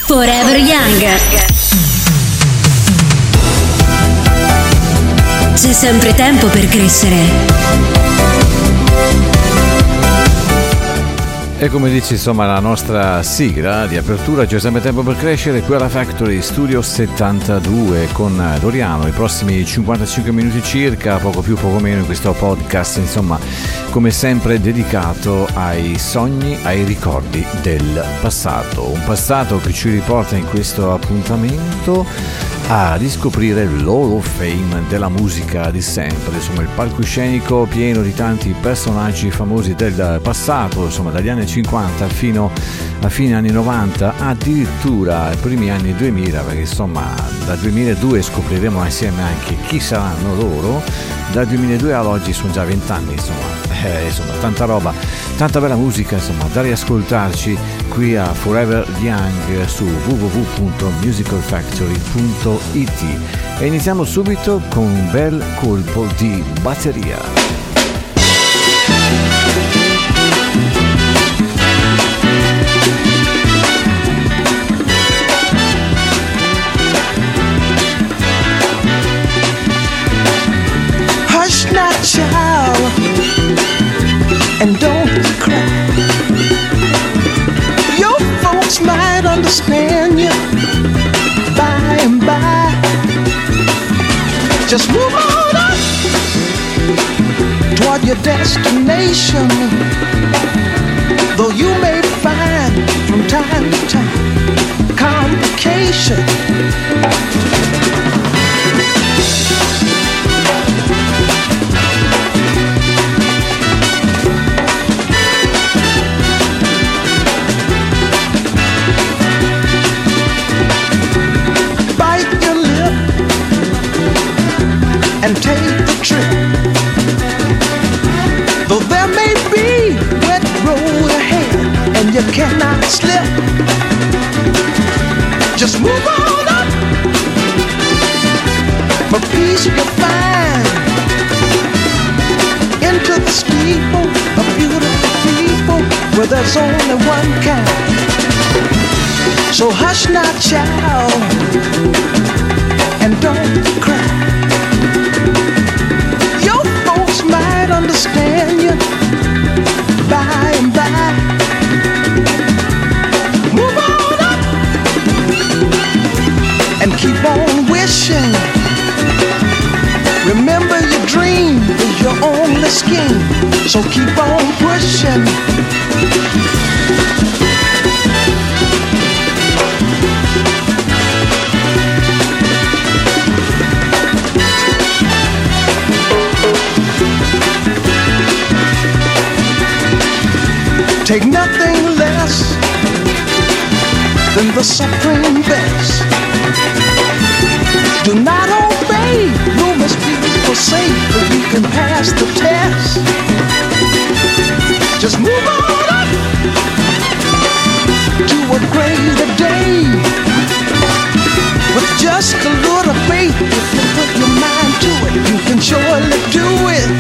Forever Young. C'è sempre tempo per crescere. E come dice insomma la nostra sigla di apertura, c'è sempre tempo per crescere, qui alla Factory Studio 72 con Doriano, i prossimi 55 minuti circa, poco più poco meno in questo podcast, insomma come sempre dedicato ai sogni, ai ricordi del passato, un passato che ci riporta in questo appuntamento a riscoprire l'Hall of Fame della musica di sempre, insomma il palcoscenico pieno di tanti personaggi famosi del passato, insomma dagli anni 50 fino a fine anni 90, addirittura ai primi anni 2000, perché insomma dal 2002 scopriremo insieme anche chi saranno loro. Dal 2002 ad oggi sono già 20 anni, insomma tanta roba, tanta bella musica, insomma da riascoltarci qui a Forever Young su www.musicalfactory.it. e iniziamo subito con un bel colpo di batteria. Child, and don't cry. Your folks might understand you by and by. Just move on up toward your destination, though you may find from time to time complication. And take the trip, though there may be wet road ahead and you cannot slip. Just move on up, for peace you'll find. Into the steeple of beautiful people where there's only one kind. So hush now, child, and don't cry. Might understand you by and by. Move on up and keep on wishing. Remember your dream is your only scheme, so keep on pushing. Take nothing less than the supreme best. Do not obey, rumors people say, but you can pass the test. Just move on up to a greater day. With just a little faith, if you put your mind to it, you can surely do it.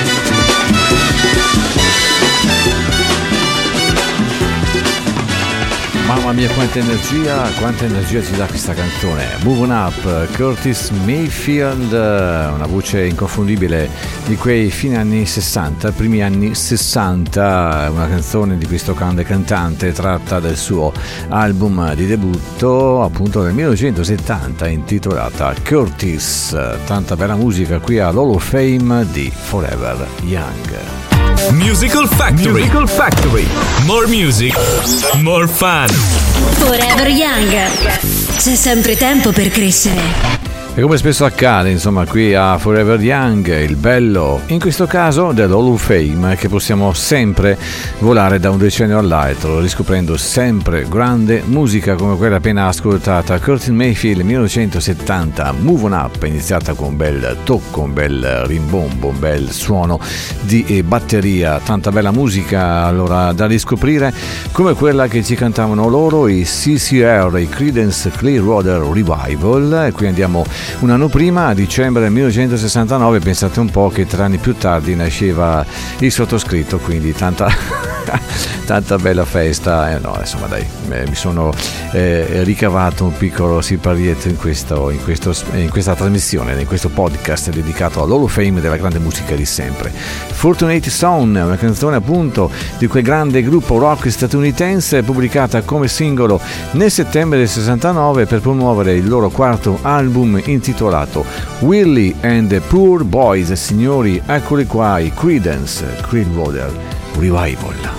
Mamma mia, quanta energia ci dà questa canzone. Move On Up, Curtis Mayfield, una voce inconfondibile di quei fine anni 60, primi anni 60, una canzone di questo grande cantante tratta dal suo album di debutto appunto nel 1970 intitolata Curtis. Tanta bella musica qui all'Hall of Fame di Forever Young. Musical Factory. More music, more fun. Forever Young. C'è sempre tempo per crescere. E come spesso accade, insomma, qui a Forever Young, il bello, in questo caso dell'Hall of Fame, è che possiamo sempre volare da un decennio all'altro, riscoprendo sempre grande musica come quella appena ascoltata. Curtis Mayfield 1970, Move On Up, iniziata con un bel tocco, un bel rimbombo, un bel suono di batteria, tanta bella musica allora da riscoprire, come quella che ci cantavano loro, i CCR, i Creedence Clearwater Revival. E qui andiamo un anno prima, a dicembre del 1969, pensate un po' che 3 anni più tardi nasceva il sottoscritto, quindi tanta bella festa. No, insomma dai, mi sono ricavato un piccolo siparietto in questa trasmissione, in questo podcast dedicato all'Hall of Fame della grande musica di sempre. Fortunate Son, una canzone appunto di quel grande gruppo rock statunitense, pubblicata come singolo nel settembre del 69 per promuovere il loro quarto album intitolato Willie and the Poor Boys. Signori, eccoli qua, i Creedence Clearwater Revival.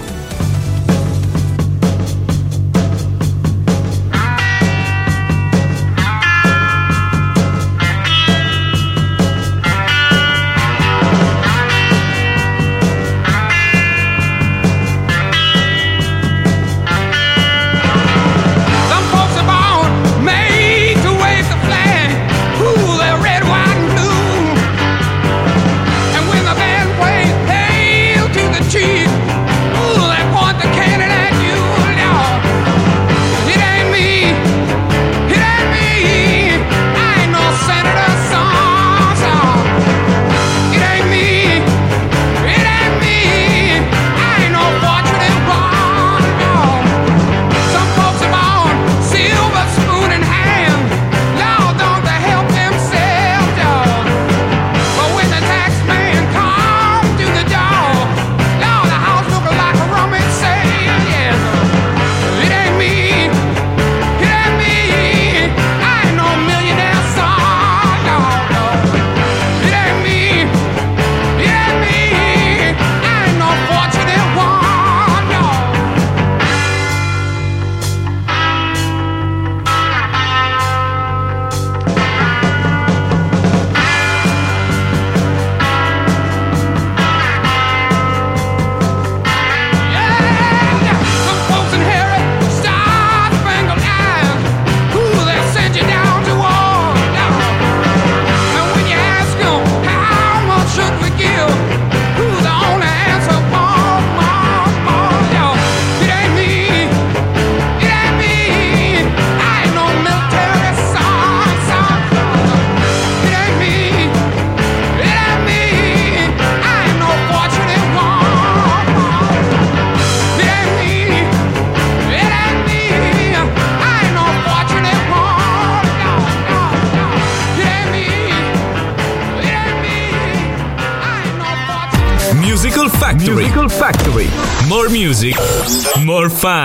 Musical Factory. More music, more fun.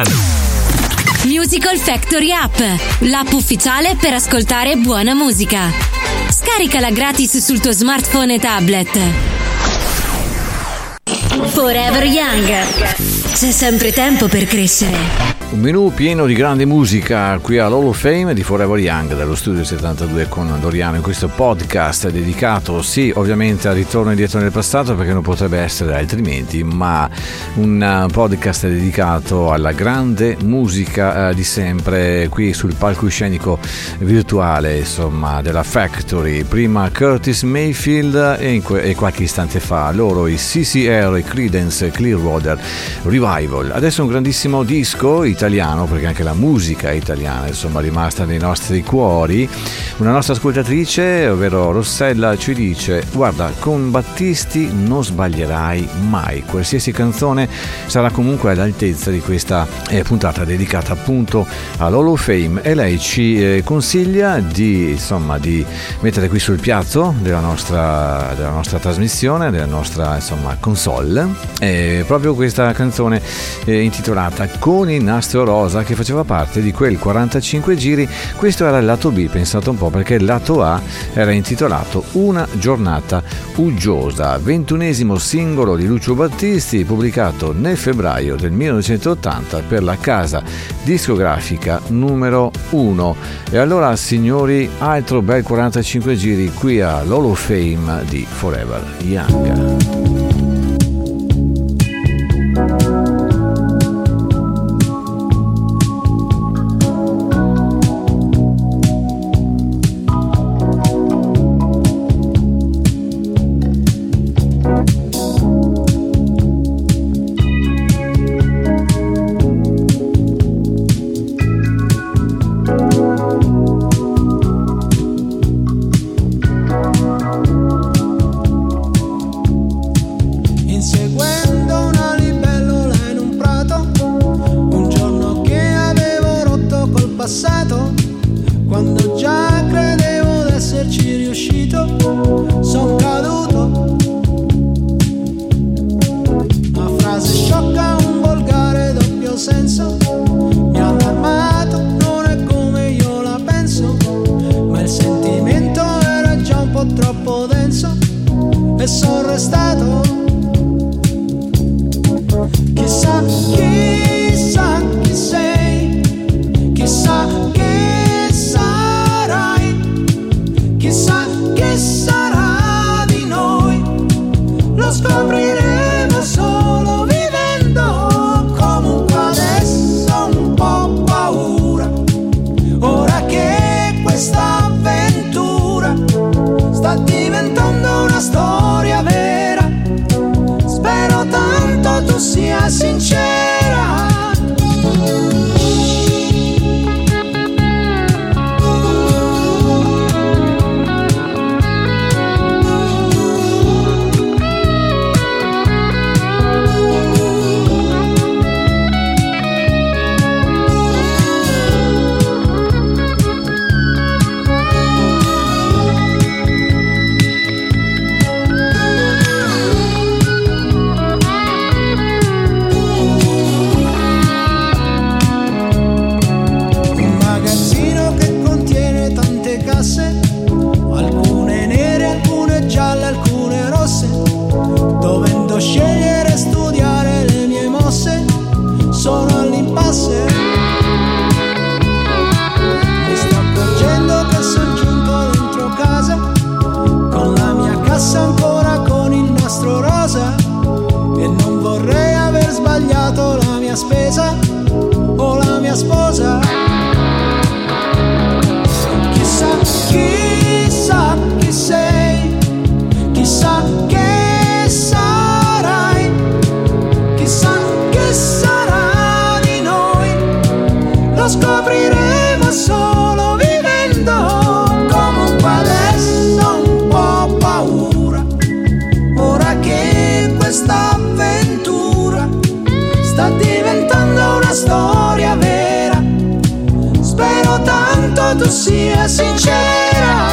Musical Factory App, l'app ufficiale per ascoltare buona musica. Scaricala gratis sul tuo smartphone e tablet. Forever Young. C'è sempre tempo per crescere. Un menù pieno di grande musica qui all'Hall of Fame di Forever Young dallo studio 72 con Doriano, in questo podcast dedicato sì ovviamente al ritorno indietro nel passato, perché non potrebbe essere altrimenti, ma un podcast dedicato alla grande musica di sempre qui sul palcoscenico virtuale, insomma, della Factory. Prima Curtis Mayfield e qualche istante fa loro, i CCR, i Creedence Clearwater Revival. Adesso un grandissimo disco italiano, perché anche la musica italiana insomma è rimasta nei nostri cuori. Una nostra ascoltatrice, ovvero Rossella, ci dice: guarda, con Battisti non sbaglierai mai, qualsiasi canzone sarà comunque all'altezza di questa puntata dedicata appunto all'Hall of Fame, e lei ci consiglia di mettere qui sul piazzo della nostra trasmissione, della nostra insomma console, proprio questa canzone intitolata Con il nastro rosa, che faceva parte di quel 45 giri. Questo era il lato B, pensate un po', perché il lato A era intitolato Una giornata uggiosa, 21esimo singolo di Lucio Battisti, pubblicato nel febbraio del 1980 per la casa discografica numero 1. E allora, signori, altro bel 45 giri qui all'Hall of Fame di Forever Young. passato, quando già credevo d'esserci riuscito, son caduto. Una frase sciocca, un volgare doppio senso, mi ha allarmato, non è come io la penso, ma il sentimento era già un po' troppo denso e son restato. Chissà, chissà chi sei, chissà che sarai, chissà che sarà di noi, lo scopriremo solo vivendo. Comunque adesso ho un po' paura, ora che questa avventura sta diventando una storia vera, spero tanto tu sia sincera. Alcune nere, alcune gialle, alcune rosse, dovendo scegliere e studiare le mie mosse, sono all'impasse. Mi sto accorgendo che sono giunto dentro casa, con la mia cassa ancora con il nastro rosa, e non vorrei aver sbagliato la mia spesa o la mia sposa. Chissà chi sei, chissà che sarai, chissà che sarà di noi, lo scopriremo solo vivendo. Comunque adesso ho un po' paura, ora che questa avventura sta diventando una storia vera, spero tanto tu sia sincera.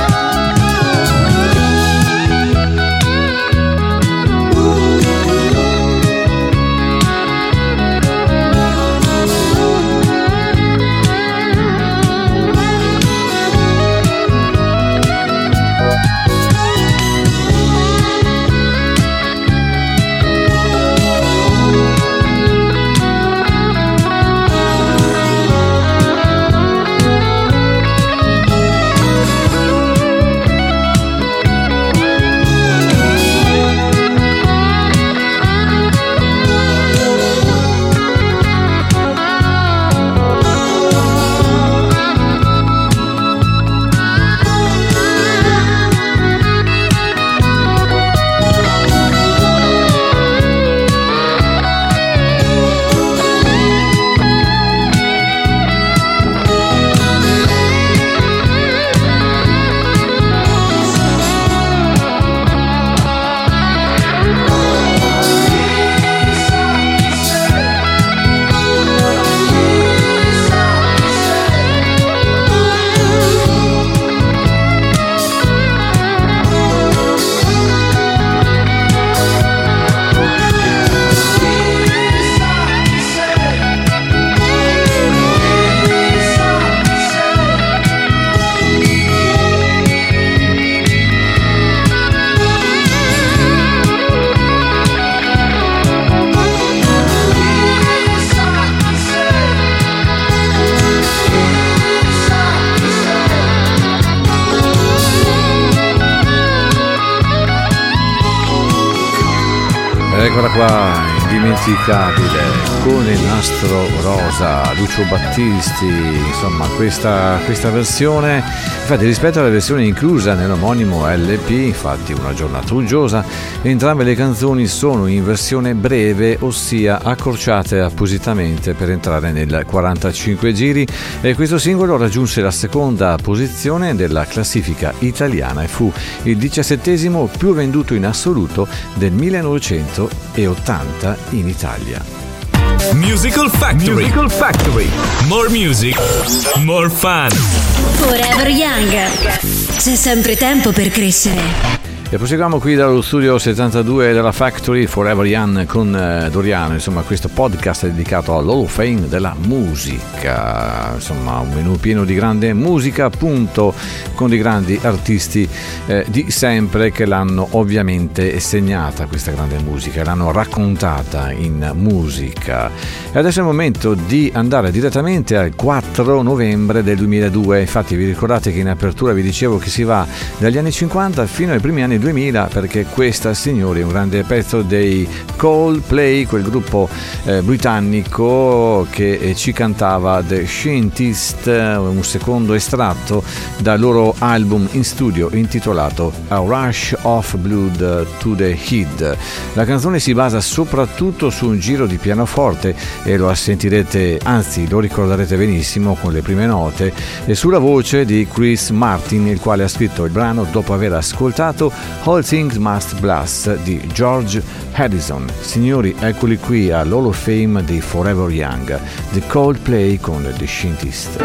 Eccola qua, indimenticabile, con il nastro rosa, Lucio Battisti, insomma questa versione, infatti rispetto alla versione inclusa nell'omonimo LP, infatti Una giornata uggiosa, entrambe le canzoni sono in versione breve, ossia accorciate appositamente per entrare nel 45 giri, e questo singolo raggiunse la seconda posizione della classifica italiana e fu il 17° più venduto in assoluto del 1980 in Italia. Musical Factory. Musical Factory. More music, more fun. Forever Young. C'è sempre tempo per crescere. E proseguiamo qui dallo studio 72 della Factory, Forever Young con Doriano. Insomma, questo podcast è dedicato all'Hall of Fame della musica. Insomma, un menù pieno di grande musica, appunto, con dei grandi artisti di sempre che l'hanno ovviamente segnata questa grande musica, l'hanno raccontata in musica. E adesso è il momento di andare direttamente al 4 novembre del 2002. Infatti vi ricordate che in apertura vi dicevo che si va dagli anni 50 fino ai primi anni 2000, perché questa, signori, è un grande pezzo dei Coldplay, quel gruppo britannico che ci cantava The Scientist, un secondo estratto dal loro album in studio intitolato A Rush of Blood to the Head. La canzone si basa soprattutto su un giro di pianoforte e lo sentirete, anzi lo ricorderete benissimo con le prime note, e sulla voce di Chris Martin, il quale ha scritto il brano dopo aver ascoltato All Things Must Pass di George Harrison. Signori, eccoli qui all'Hall of Fame di Forever Young, The Coldplay con The Scientist.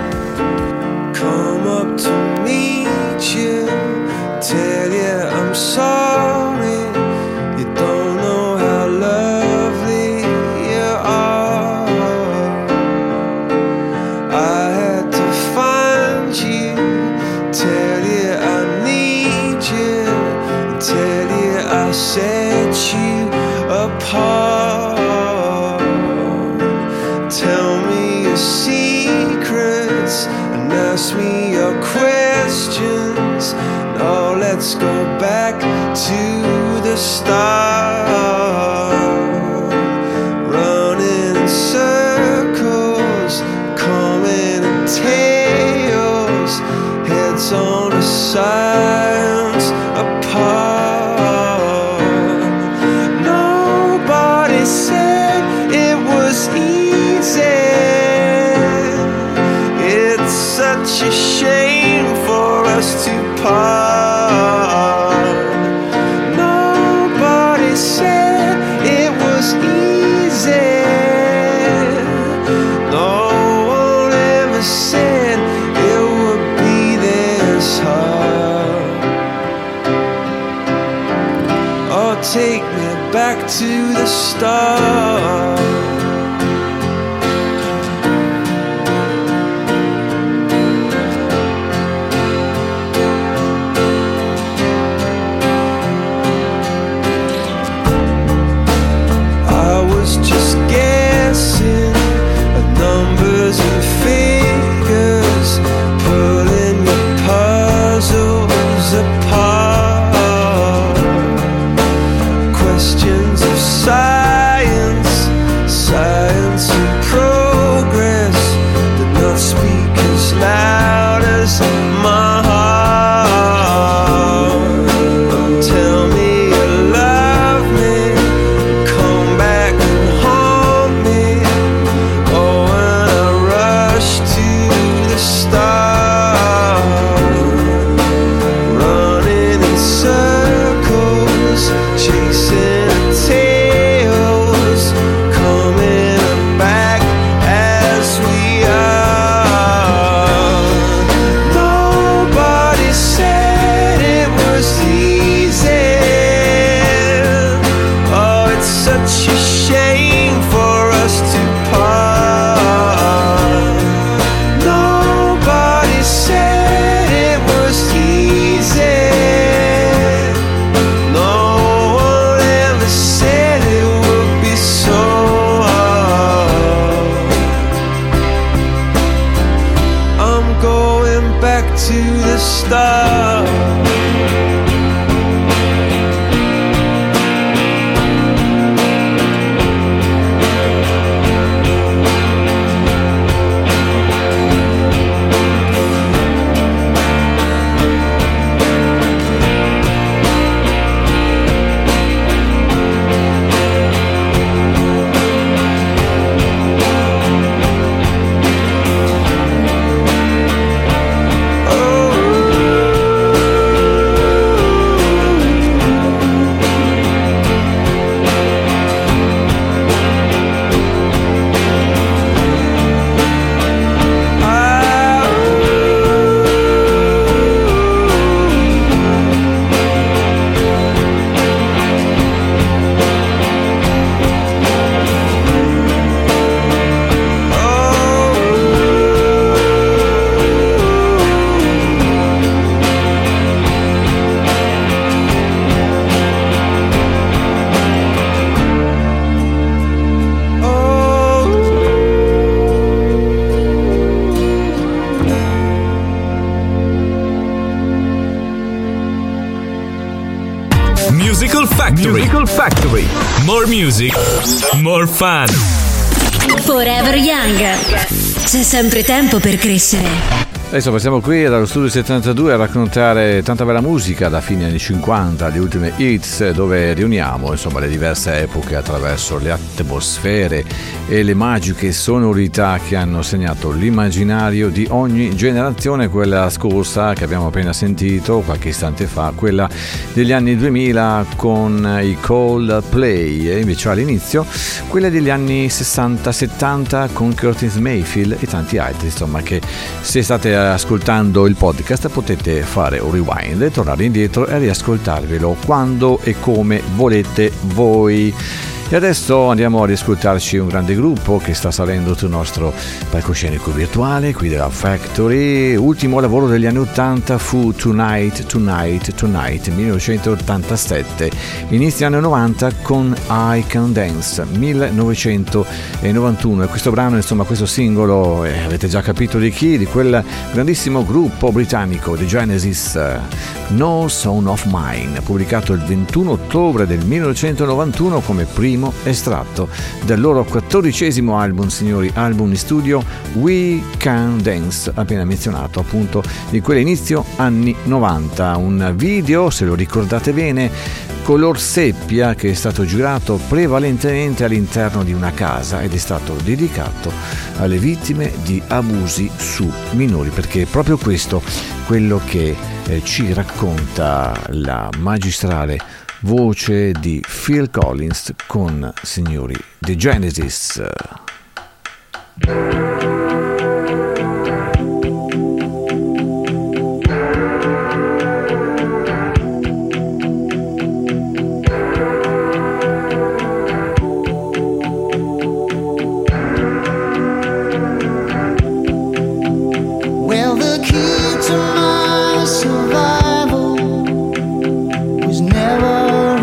Come up to meet you, tell you I'm sorry, you don't know how lovely you are. I had to find you, tell you I need you, tell you I set you apart. Tell me your secrets and ask me your questions. Now let's go back to the start. Running in circles, coming in tails, heads on the sides apart. Nobody said it was easy. It's such a shame for us to part. Nobody said it was easy. No one ever said it would be this hard. Oh, take me back to the start. Just guessing at numbers and figures, pulling your puzzles apart. Questions of science, science and progress, did not speak as loud as my heart. Tell me you love me, come back and haunt me. Oh, when I rush to the start, running in circles, chasing the tails, coming back as we are. Nobody said it was easy. Oh, it's such a shame for us to part. Nobody said it was easy. No one ever said it would be so hard. I'm going back to the start. Oh, Factory. More music, more fun. Forever Young. C'è sempre tempo per crescere. Adesso passiamo qui dallo studio 72 a raccontare tanta bella musica da fine anni 50, le ultime hits, dove riuniamo insomma le diverse epoche attraverso le atmosfere e le magiche sonorità che hanno segnato l'immaginario di ogni generazione, quella scorsa che abbiamo appena sentito qualche istante fa, quella degli anni 2000 con i Coldplay, e invece all'inizio quella degli anni 60-70 con Curtis Mayfield e tanti altri, insomma, che se state ascoltando il podcast potete fare un rewind, tornare indietro e riascoltarvelo quando e come volete voi. E adesso andiamo a riascoltarci un grande gruppo che sta salendo sul nostro palcoscenico virtuale qui della Factory. Ultimo lavoro degli anni 80 fu Tonight 1987, inizio anni 90 con I Can Dance 1991, e questo brano, insomma questo singolo, avete già capito di chi, di quel grandissimo gruppo britannico The Genesis, No Son of Mine, pubblicato il 21 ottobre del 1991 come primo estratto del loro 14° album, signori, album in studio We Can Dance, appena menzionato, appunto di quell'inizio anni 90. Un video, se lo ricordate bene, color seppia, che è stato girato prevalentemente all'interno di una casa ed è stato dedicato alle vittime di abusi su minori, perché è proprio questo quello che ci racconta la magistrale voce di Phil Collins con, signori, The Genesis. Well, the key to my survival was never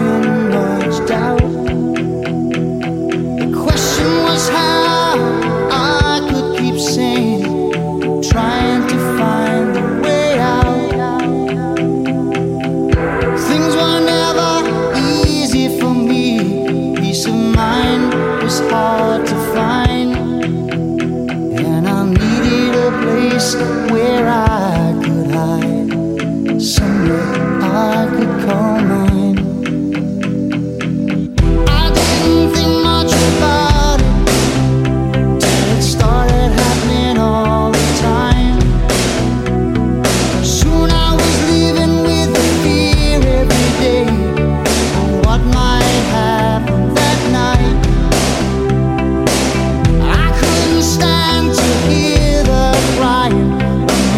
where I could hide, somewhere I could call mine. I didn't think much about it till it started happening all the time. Soon I was living with the fear every day of what might happen that night. I couldn't stand to hear the crying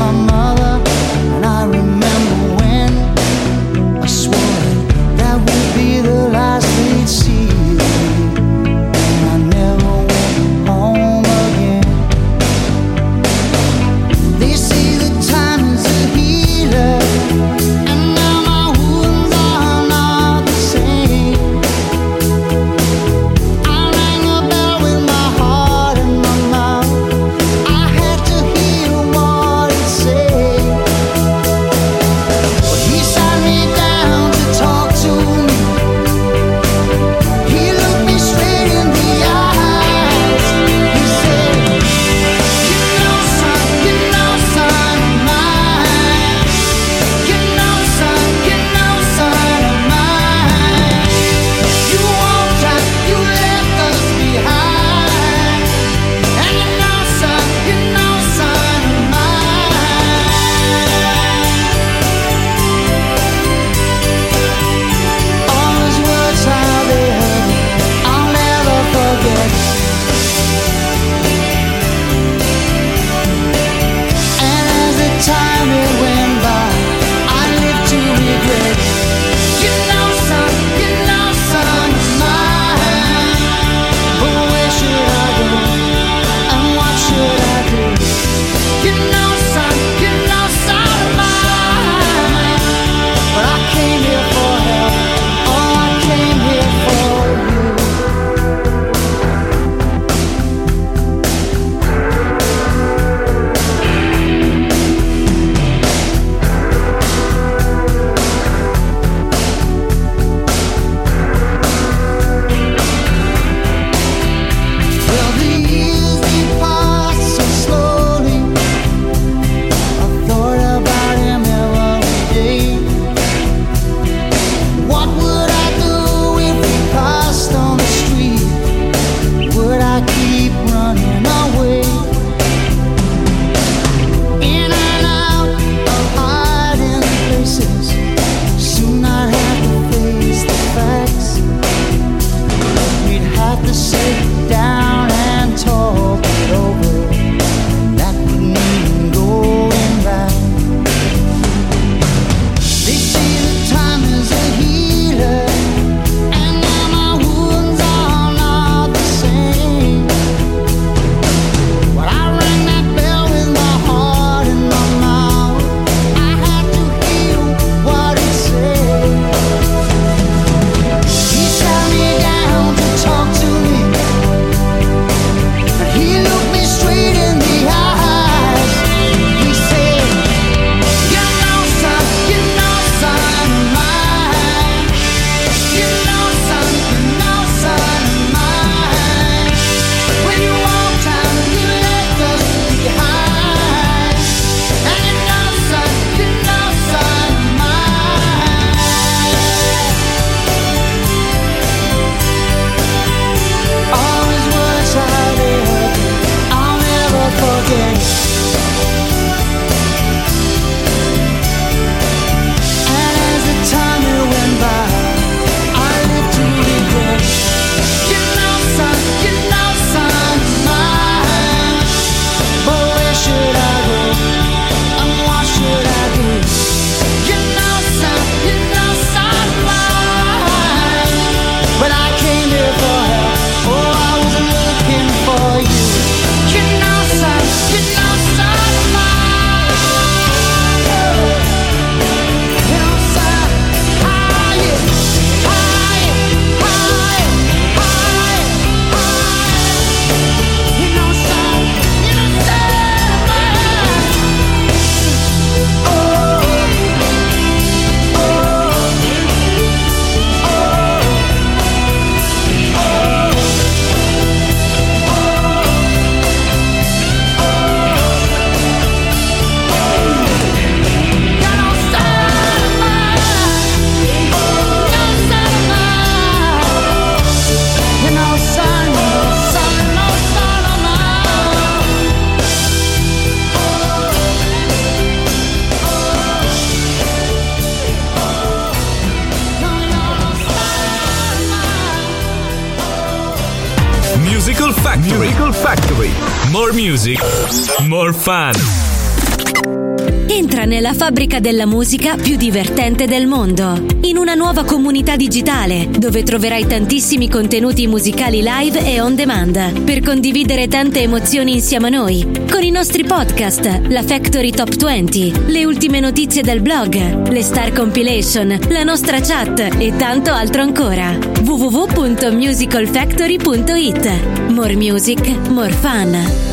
Factory. More music, more fun. Entra nella fabbrica della musica più divertente del mondo, in una nuova comunità digitale dove troverai tantissimi contenuti musicali live e on demand per condividere tante emozioni insieme a noi, con i nostri podcast, la Factory Top 20, le ultime notizie del blog, le Star Compilation, la nostra chat e tanto altro ancora. www.musicalfactory.it. More music, more fun.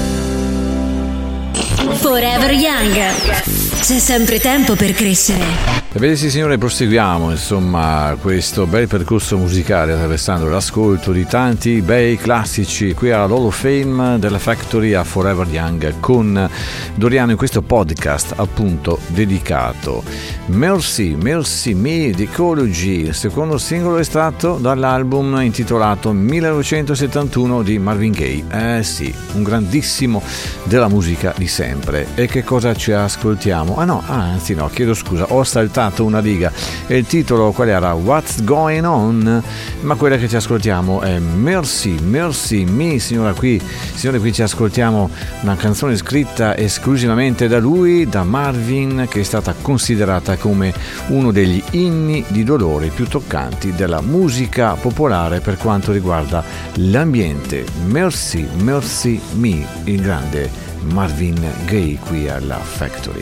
Forever Young. C'è sempre tempo per crescere. Ebbene sì signore, proseguiamo insomma questo bel percorso musicale attraversando l'ascolto di tanti bei classici qui alla Hall of Fame della Factory a Forever Young con Doriano in questo podcast appunto dedicato. Mercy Me di Ecology, il secondo singolo estratto dall'album intitolato 1971 di Marvin Gaye. Sì, un grandissimo della musica di sempre. E che cosa ci ascoltiamo? Chiedo scusa, ho saltato una riga e il titolo qual era? What's Going On? Ma quella che ci ascoltiamo è Mercy Me. Signore, qui ci ascoltiamo una canzone scritta esclusivamente da lui, da Marvin, che è stata considerata come uno degli inni di dolore più toccanti della musica popolare per quanto riguarda l'ambiente. Mercy Me, il grande Marvin Gaye qui alla Factory.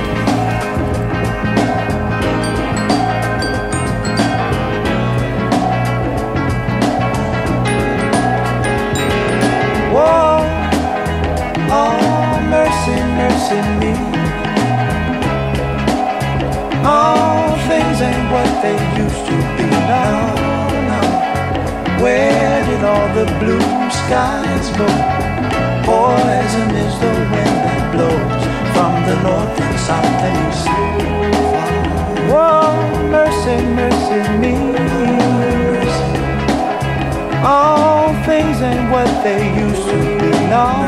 Mercy me. All things ain't what they used to be now. Where did all the blue skies go? Poison is the wind that blows from the north and south and east. Whoa, mercy me. All things ain't what they used to be now.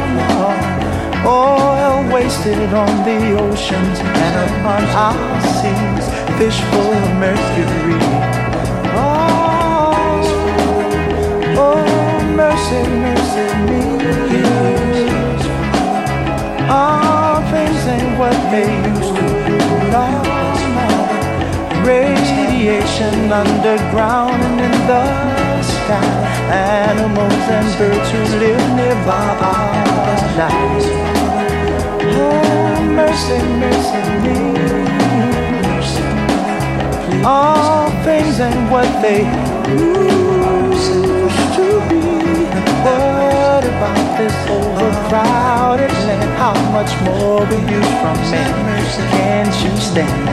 Oil wasted on the oceans and upon our seas, fish full of mercury. Oh, mercy me. All things ain't what they used to be. No. Radiation underground and in the sky. Animals and birds who live nearby are alive. Oh, mercy me. All things ain't what they used to be. What about this overcrowded land? How much more abuse from men can't you stand?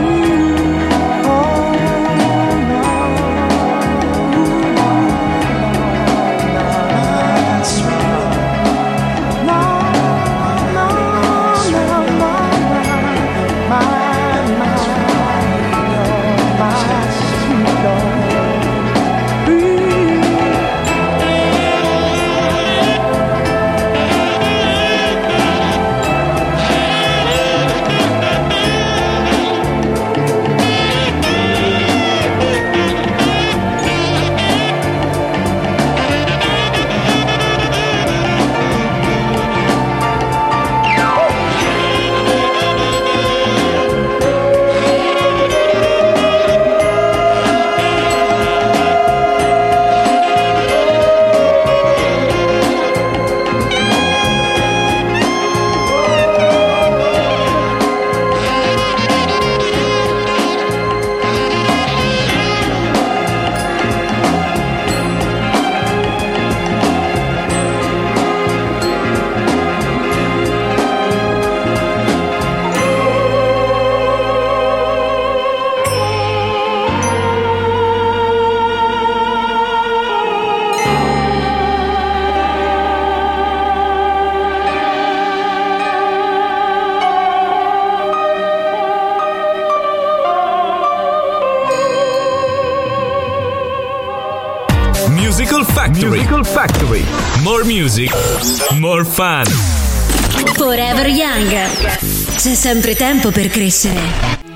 Musical Factory. More music, more fun. Forever Young. C'è sempre tempo per crescere.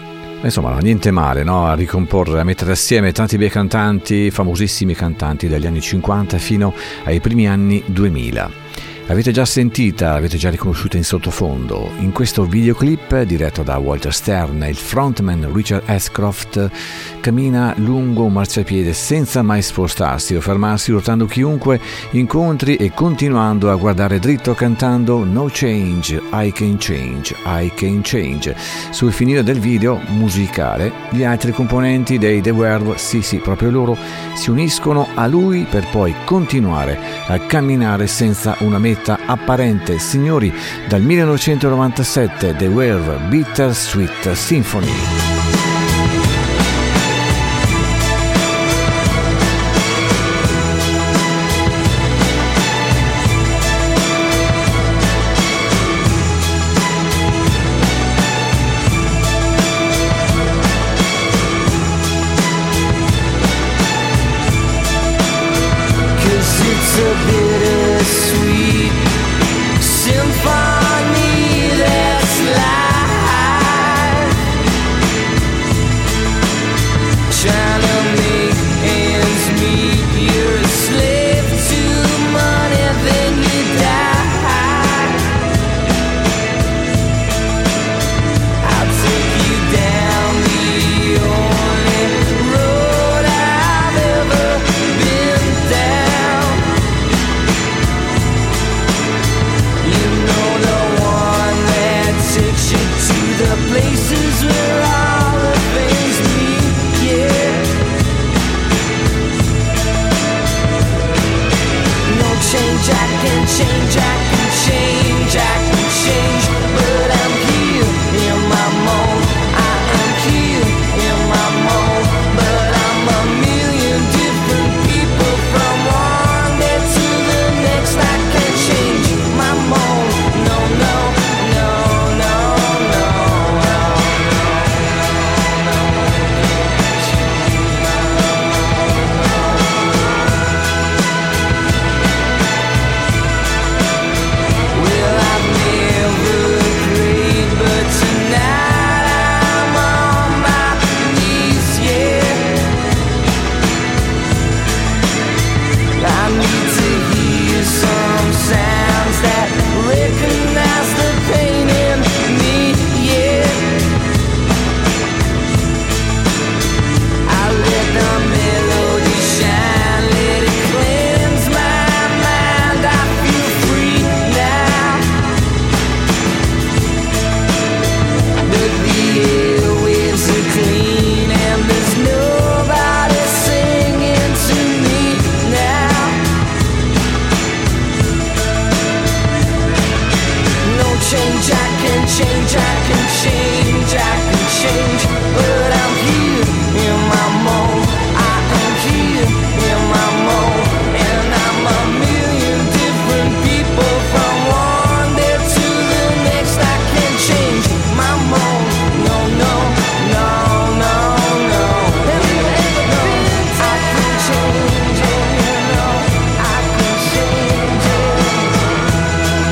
Insomma, niente male, no? A ricomporre, a mettere assieme tanti bei cantanti, famosissimi cantanti dagli anni 50 fino ai primi anni 2000. L'avete già sentita, l'avete già riconosciuta in sottofondo. In questo videoclip, diretto da Walter Stern, il frontman Richard Ashcroft cammina lungo un marciapiede senza mai spostarsi o fermarsi, urtando chiunque incontri e continuando a guardare dritto cantando No Change, I Can Change, I Can Change. Sul finire del video musicale, gli altri componenti dei The Verve, sì, proprio loro, si uniscono a lui per poi continuare a camminare senza una meta apparente. Signori, dal 1997 The Verve, Bitter Sweet Symphony.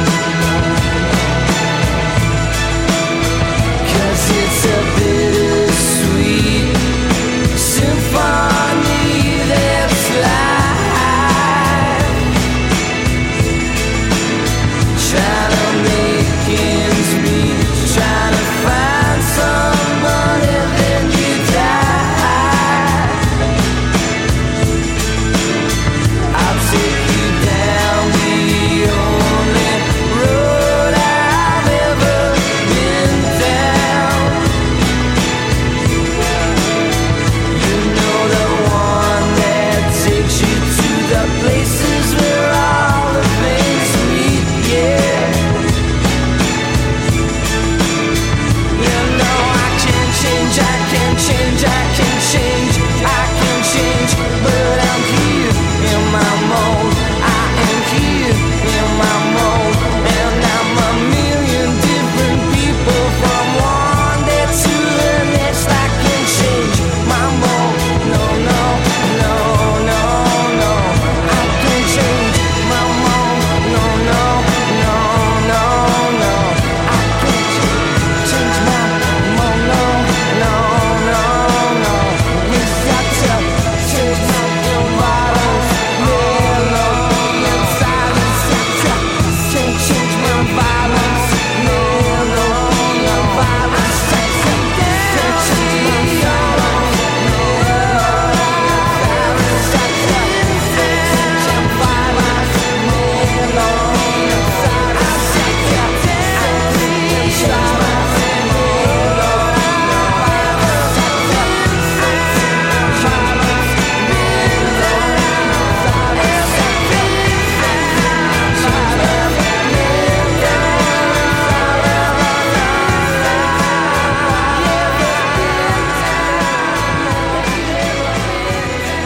It's a bitter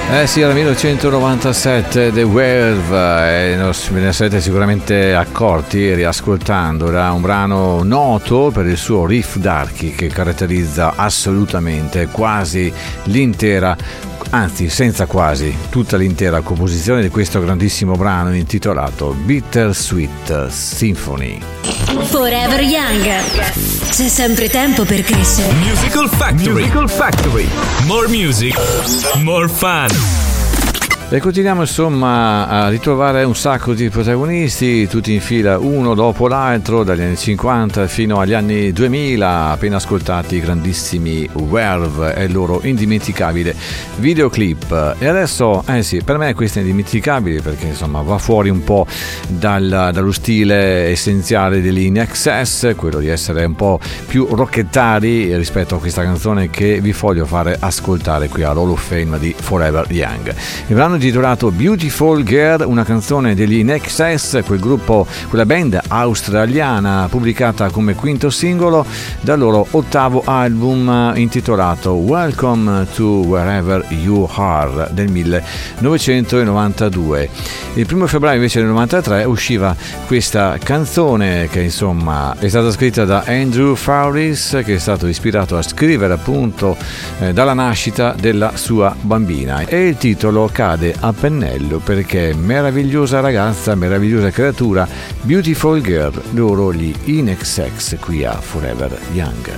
Sì, era 1997, The Verve, ve ne sarete sicuramente accorti riascoltando. Era un brano noto per il suo riff darky che caratterizza assolutamente quasi l'intera, anzi senza quasi, tutta l'intera composizione di questo grandissimo brano intitolato Bittersweet Symphony. Forever Young, c'è sempre tempo per crescere. Musical Factory. More music, more fun. E continuiamo insomma a ritrovare un sacco di protagonisti, tutti in fila uno dopo l'altro, dagli anni 50 fino agli anni 2000, appena ascoltati i grandissimi Verve e il loro indimenticabile videoclip. E adesso, sì, per me questo è indimenticabile perché insomma va fuori un po' dallo stile essenziale degli In Excess, quello di essere un po' più rockettari rispetto a questa canzone che vi voglio fare ascoltare qui all'Hall of Fame di Forever Young. Il brano intitolato Beautiful Girl, una canzone degli In Excess, quel gruppo, quella band australiana pubblicata come quinto singolo dal loro ottavo album intitolato Welcome to Wherever You Are del 1992. Il 1 febbraio invece del 93 usciva questa canzone che insomma è stata scritta da Andrew Farris, che è stato ispirato a scrivere appunto dalla nascita della sua bambina, e il titolo cade a pennello perché meravigliosa ragazza, meravigliosa creatura, Beautiful Girl, loro gli In Excess qui a Forever Young.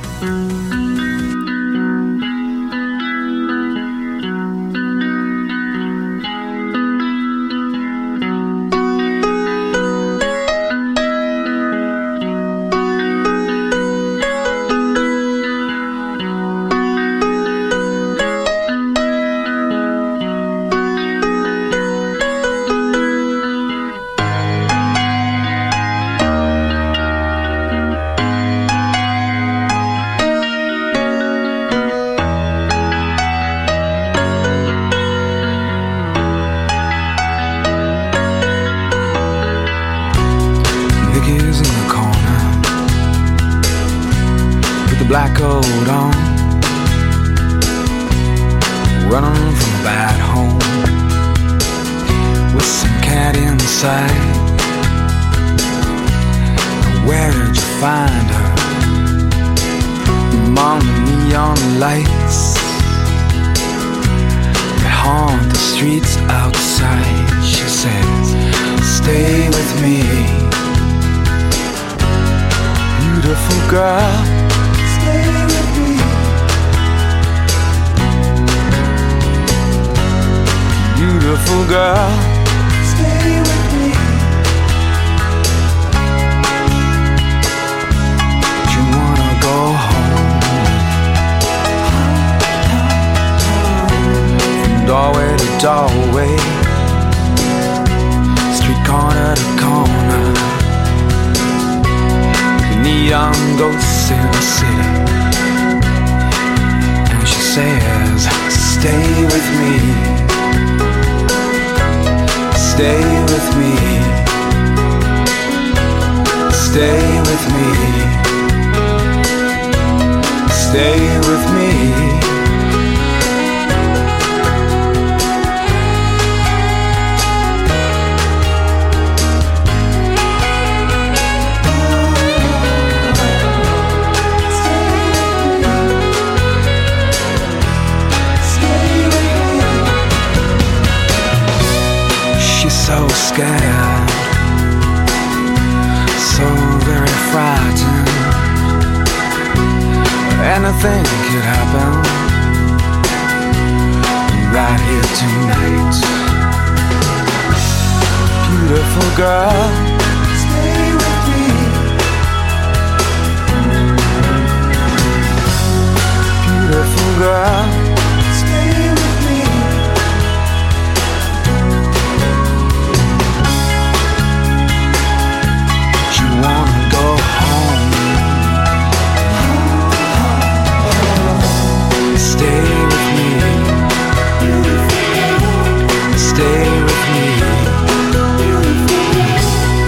Black coat on, running from a bad home, with some cat inside. Where did you find her? Among the neon lights that haunt the streets outside. She says, stay with me, beautiful girl. Stay with me, beautiful girl. Stay with me. You wanna go home, from doorway to doorway, street corner to corner, neon ghosts in the city. And she says, stay with me, stay with me, stay with me, stay with me. So scared, so very frightened. Anything could happen right here tonight. Beautiful girl, stay with me. Beautiful girl, stay with me. Wanna go home, stay with me, stay with me,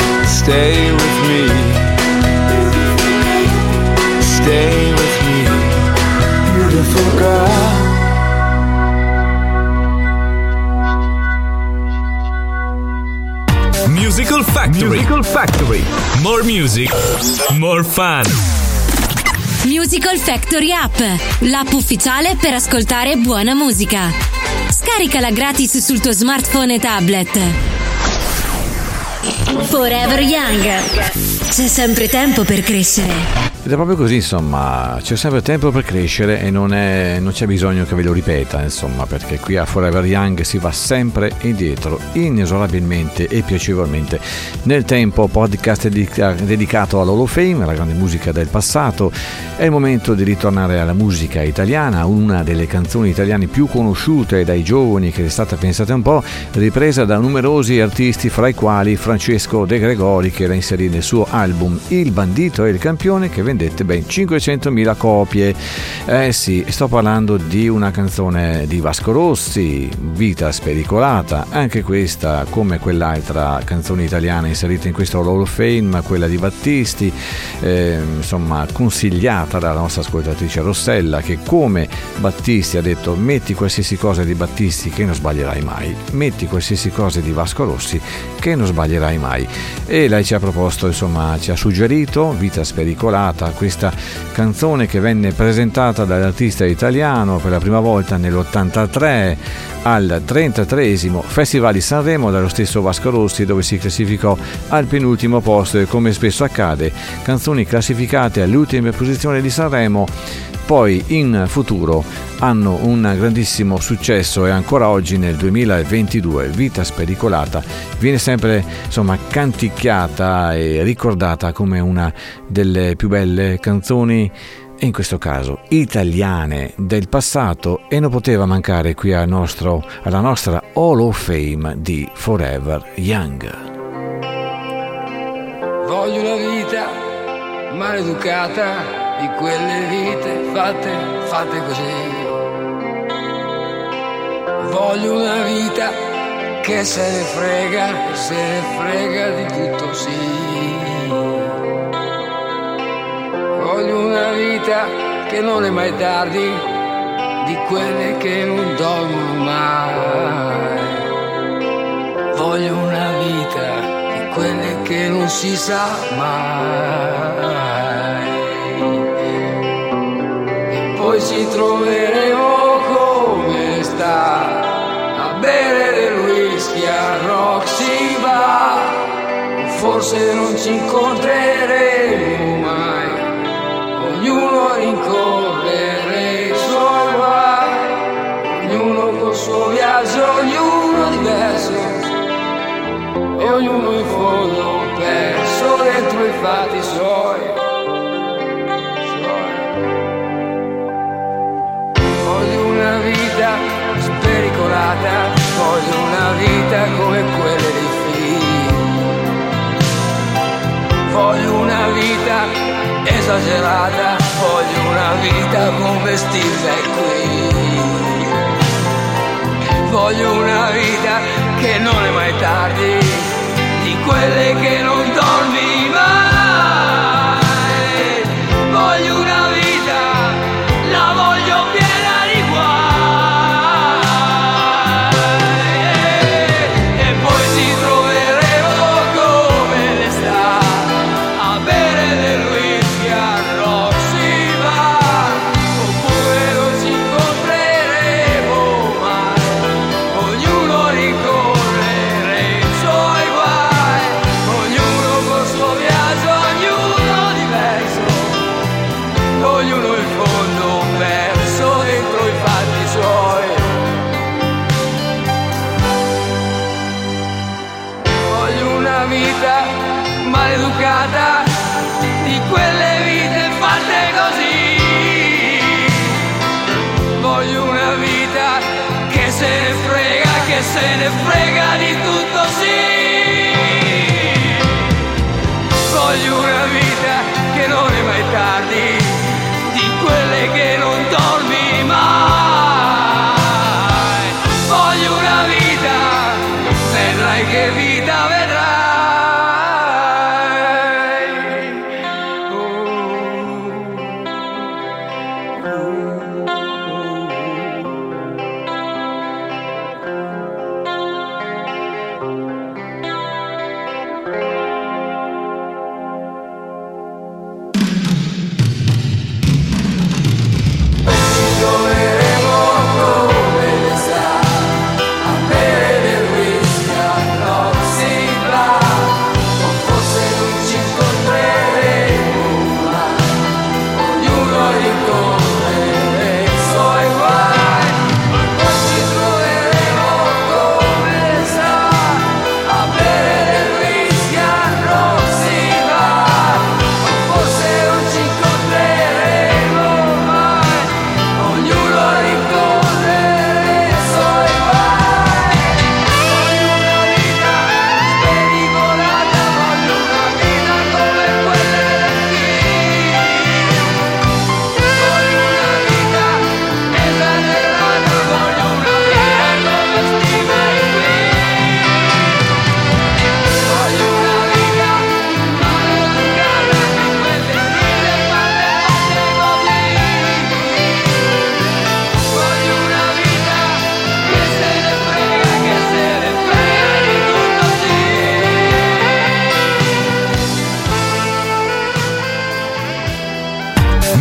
more music, more fun. Musical Factory App, l'app ufficiale per ascoltare buona musica. Scaricala gratis sul tuo smartphone e tablet. Forever Young. C'è sempre tempo per crescere. Ed è proprio così, insomma, c'è sempre tempo per crescere e non c'è bisogno che ve lo ripeta, insomma, perché qui a Forever Young si va sempre indietro, inesorabilmente e piacevolmente. Nel tempo, podcast dedicato all'Hall of Fame, alla grande musica del passato. È il momento di ritornare alla musica italiana, una delle canzoni italiane più conosciute dai giovani, che è stata, pensate un po', ripresa da numerosi artisti, fra i quali Francesco De Gregori, che la inserì nel suo album Il bandito e il campione, che vendette ben 500.000 copie. Sì, sto parlando di una canzone di Vasco Rossi, Vita spericolata, anche questa, come quell'altra canzone italiana inserita in questo Hall of Fame, quella di Battisti, insomma consigliata dalla nostra ascoltatrice Rossella, che come Battisti ha detto: metti qualsiasi cosa di Battisti che non sbaglierai mai, metti qualsiasi cosa di Vasco Rossi che non sbaglierai mai. E lei ci ha proposto, insomma, ci ha suggerito Vita spericolata, questa canzone che venne presentata dall'artista italiano per la prima volta nell'83 al 33esimo Festival di Sanremo dallo stesso Vasco Rossi, dove si classificò al penultimo posto. E come spesso accade, canzoni classificate alle ultime posizioni di Sanremo poi in futuro hanno un grandissimo successo, e ancora oggi nel 2022 Vita spericolata viene sempre, insomma, canticchiata e ricordata come una delle più belle canzoni, e in questo caso italiane, del passato, e non poteva mancare qui alla nostra Hall of Fame di Forever Young. Voglio una vita maleducata, di quelle vite fatte così. Voglio una vita che se ne frega di tutto, sì. Voglio una vita che non è mai tardi, di quelle che non dormono mai. Voglio una vita di quelle che non si sa mai. Poi ci troveremo come sta a bere del whisky a Roxy Bar. Forse non ci incontreremo mai, ognuno rincorrere i suoi guai, ognuno col suo viaggio, ognuno diverso, e ognuno in fondo perso dentro i fatti suoi. Una vita spericolata, voglio una vita come quelle dei film. Voglio una vita esagerata, voglio una vita come Steve McQueen. Voglio una vita che non è mai tardi, di quelle che non dormi mai. Voglio una vita, la voglio piena. Maleducata, di quelle vite fatte così. Voglio una vita che se ne frega di tutto, sì. Voglio una vita che non è mai tardi, di quelle che non dormi mai. Voglio una vita, vedrai che vita vedrai.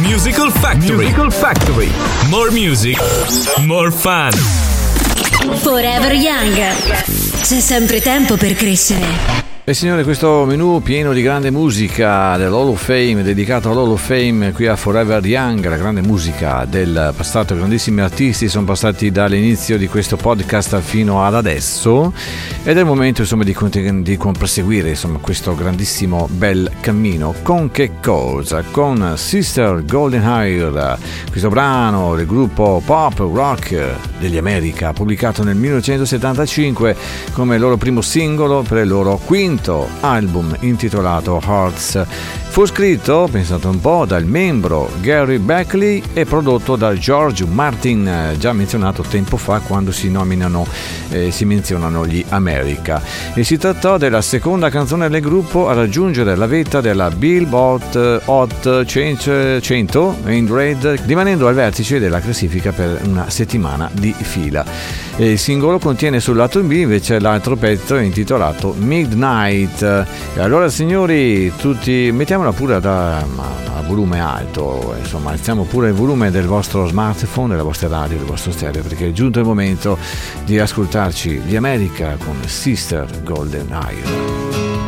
Musical Factory. More music, more fun. Forever Young. C'è sempre tempo per crescere. E signore, questo menù pieno di grande musica dell'Hall of Fame, dedicato all'Hall of Fame qui a Forever Young, la grande musica del passato, grandissimi artisti sono passati dall'inizio di questo podcast fino ad adesso ed è il momento insomma di proseguire insomma questo grandissimo bel cammino. Con che cosa? Con Sister Golden Hair, questo brano del gruppo pop rock degli America, pubblicato nel 1975 come loro primo singolo per il loro quinto album intitolato Hearts. Fu scritto, pensate un po', dal membro Gary Beckley e prodotto da George Martin, già menzionato tempo fa quando si menzionano gli America. E si trattò della seconda canzone del gruppo a raggiungere la vetta della Billboard Hot 100 rimanendo al vertice della classifica per una settimana di fila. E il singolo contiene sul lato B invece l'altro pezzo intitolato Midnight. E allora signori, tutti mettiamola pure a volume alto, insomma alziamo pure il volume del vostro smartphone, della vostra radio, del vostro stereo, perché è giunto il momento di ascoltarci gli America con Sister Golden Hair.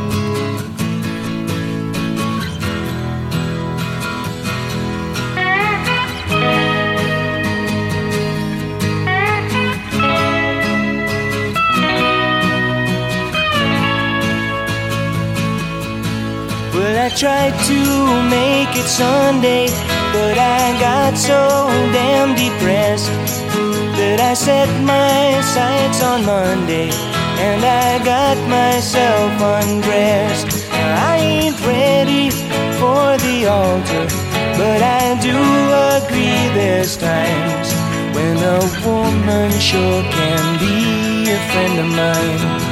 I tried to make it Sunday, but I got so damn depressed that I set my sights on Monday and I got myself undressed. I ain't ready for the altar, but I do agree there's times when a woman sure can be a friend of mine.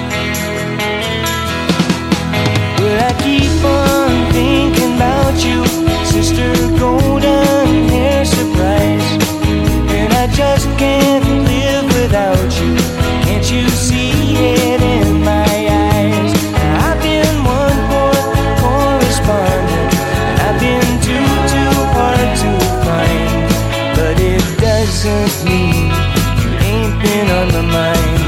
But I keep on thinking about you, Sister Golden Hair Surprise, and I just can't live without you. Can't you see it in my eyes? I've been one poor correspondent, and I've been too hard to find, but it doesn't mean you ain't been on my mind.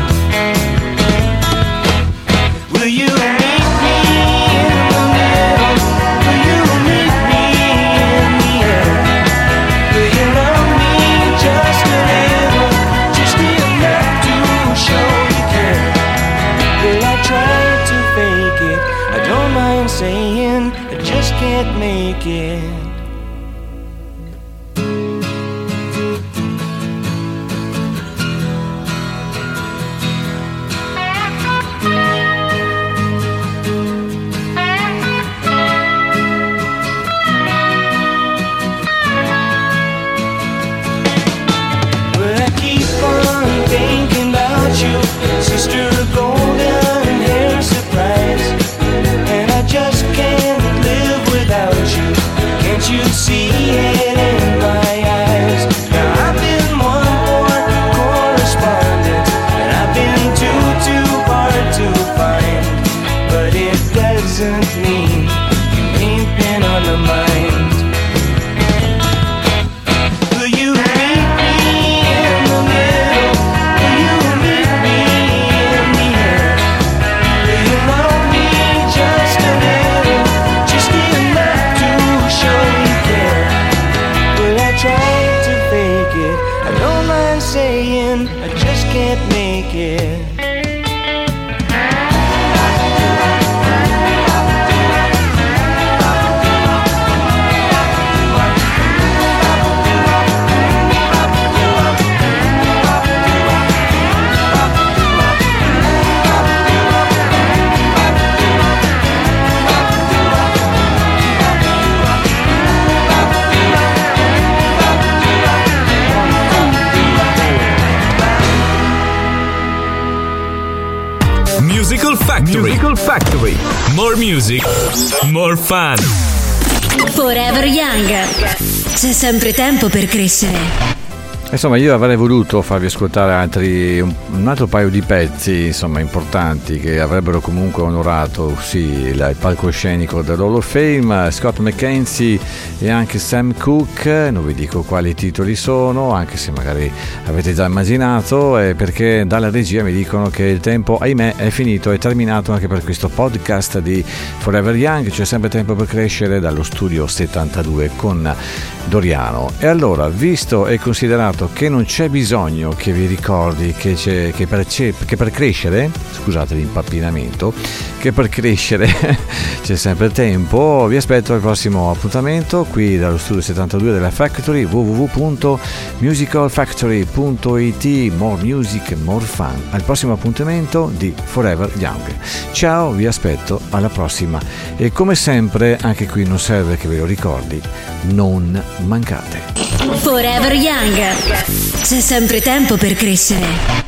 Will you meet me in the middle? Will you meet me in the air? Will you love me just a little, just enough to show you care? Will I try to fake it? I don't mind saying I just can't make it. Sister Golden Hair Surprise, and I just can't live without you. Can't you see it in my eyes? Now I've been one more correspondent, and I've been too hard to find, but it doesn't mean you ain't been on my mind. I just can't make it. Musical Factory. More music, more fun. Forever Young. C'è sempre tempo per crescere. Insomma, io avrei voluto farvi ascoltare un altro paio di pezzi, insomma, importanti, che avrebbero comunque onorato il palcoscenico dell'Hall of Fame. Scott McKenzie e anche Sam Cooke, non vi dico quali titoli sono, anche se magari avete già immaginato, perché dalla regia mi dicono che il tempo, ahimè, è finito, è terminato anche per questo podcast di Forever Young. C'è sempre tempo per crescere, dallo studio 72 con Doriano. E allora, visto e considerato che non c'è bisogno che vi ricordi che per crescere, scusate l'impappinamento, che per crescere c'è sempre tempo, vi aspetto al prossimo appuntamento qui dallo studio 72 della Factory, www.musicalfactory.it. More music, more fun. Al prossimo appuntamento di Forever Young. Ciao, vi aspetto alla prossima, e come sempre anche qui non serve che ve lo ricordi, non mancate. Forever Young, c'è sempre tempo per crescere.